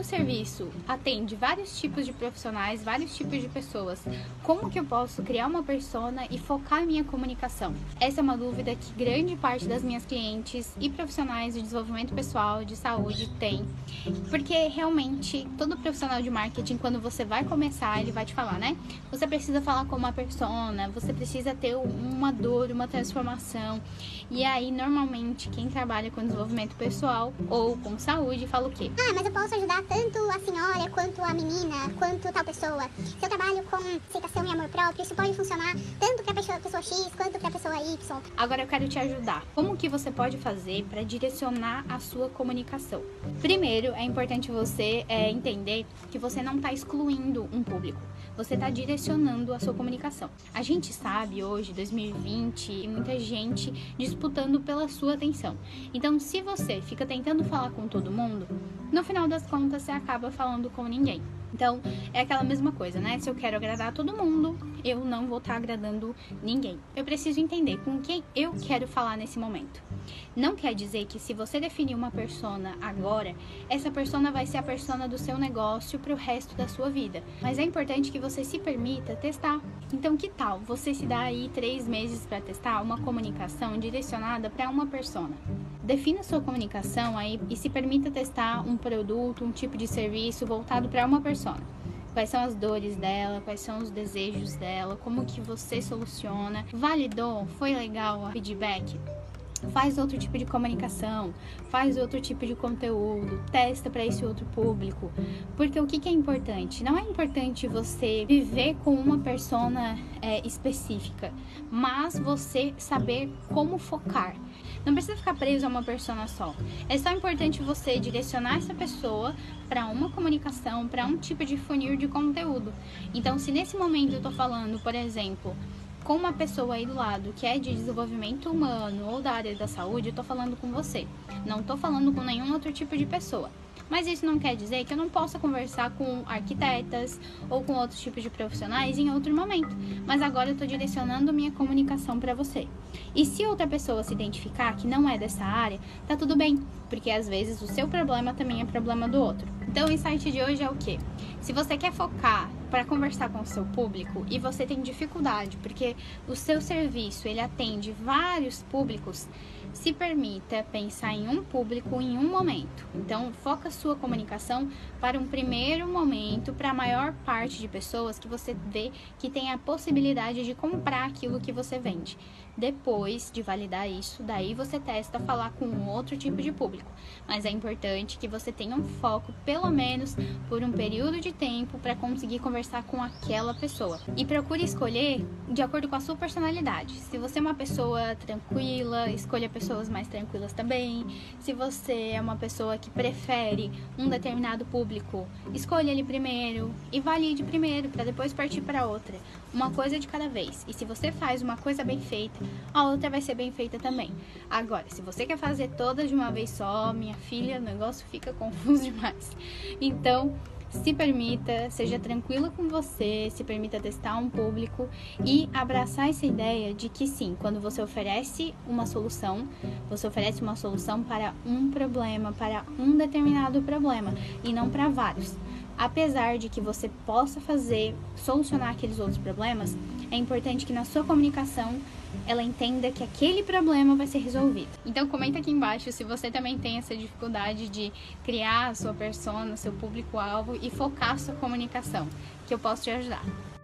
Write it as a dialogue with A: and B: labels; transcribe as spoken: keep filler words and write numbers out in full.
A: serviço atende vários tipos de profissionais, vários tipos de pessoas, como que eu posso criar uma persona e focar a minha comunicação? Essa é uma dúvida que grande parte das minhas clientes e profissionais de desenvolvimento pessoal, de saúde, tem. Porque realmente, todo profissional de marketing, quando você vai começar, ele vai te falar, né? Você precisa falar como uma persona, você precisa ter uma dor, uma transformação. E aí, normalmente, quem trabalha com desenvolvimento pessoal ou com saúde, fala o quê?
B: Ah, mas eu posso ajudar tanto a senhora, quanto a menina, quanto tal pessoa. Se eu trabalho com aceitação e amor próprio, isso pode funcionar tanto para a pessoa, pessoa X, quanto para a pessoa Y.
A: Agora eu quero te ajudar. Como que você pode fazer para direcionar a sua comunicação? Primeiro, é importante você é, entender que você não está excluindo um público. Você está direcionando a sua comunicação. A gente sabe hoje, dois mil e vinte, muita gente disputando pela sua atenção. Então, se você fica tentando falar com todo mundo, no final das contas você acaba falando com ninguém. Então, é aquela mesma coisa, né? Se eu quero agradar todo mundo, eu não vou estar agradando ninguém. Eu preciso entender com quem eu quero falar nesse momento. Não quer dizer que se você definir uma persona agora, essa persona vai ser a persona do seu negócio para o resto da sua vida. Mas é importante que você se permita testar. Então, que tal você se dar aí três meses para testar uma comunicação direcionada para uma persona? Defina sua comunicação aí e se permita testar um produto, um tipo de serviço voltado para uma persona. Quais são as dores dela, quais são os desejos dela, como que você soluciona. Validou? Foi legal o feedback? Faz outro tipo de comunicação, faz outro tipo de conteúdo, testa para esse outro público. Porque o que, que é importante? Não é importante você viver com uma persona é, específica, mas você saber como focar. Não precisa ficar preso a uma persona só. É só importante você direcionar essa pessoa para uma comunicação, para um tipo de funil de conteúdo. Então, se nesse momento eu tô falando, por exemplo, com uma pessoa aí do lado que é de desenvolvimento humano ou da área da saúde, eu tô falando com você. Não tô falando com nenhum outro tipo de pessoa. Mas isso não quer dizer que eu não possa conversar com arquitetas ou com outros tipos de profissionais em outro momento. Mas agora eu estou direcionando minha comunicação para você. E se outra pessoa se identificar que não é dessa área, tá tudo bem, porque às vezes o seu problema também é problema do outro. Então o insight de hoje é o quê? Se você quer focar para conversar com o seu público e você tem dificuldade, porque o seu serviço ele atende vários públicos, se permita pensar em um público em um momento. Então, foca a sua comunicação para um primeiro momento, para a maior parte de pessoas que você vê que tem a possibilidade de comprar aquilo que você vende. Depois de validar isso, daí você testa falar com um outro tipo de público. Mas é importante que você tenha um foco, pelo menos por um período de tempo, para conseguir conversar com aquela pessoa. E procure escolher de acordo com a sua personalidade. Se você é uma pessoa tranquila, escolha pessoas mais tranquilas também. Se você é uma pessoa que prefere um determinado público, escolha ele primeiro e valide primeiro para depois partir para outra. Uma coisa de cada vez. E se você faz uma coisa bem feita, a outra vai ser bem feita também. Agora, se você quer fazer todas de uma vez só, minha filha, o negócio fica confuso demais. Então, se permita, seja tranquila com você, se permita testar um público e abraçar essa ideia de que sim, quando você oferece uma solução, você oferece uma solução para um problema, para um determinado problema e não para vários. Apesar de que você possa fazer, solucionar aqueles outros problemas, é importante que na sua comunicação ela entenda que aquele problema vai ser resolvido. Então comenta aqui embaixo se você também tem essa dificuldade de criar a sua persona, seu público-alvo e focar a sua comunicação, que eu posso te ajudar.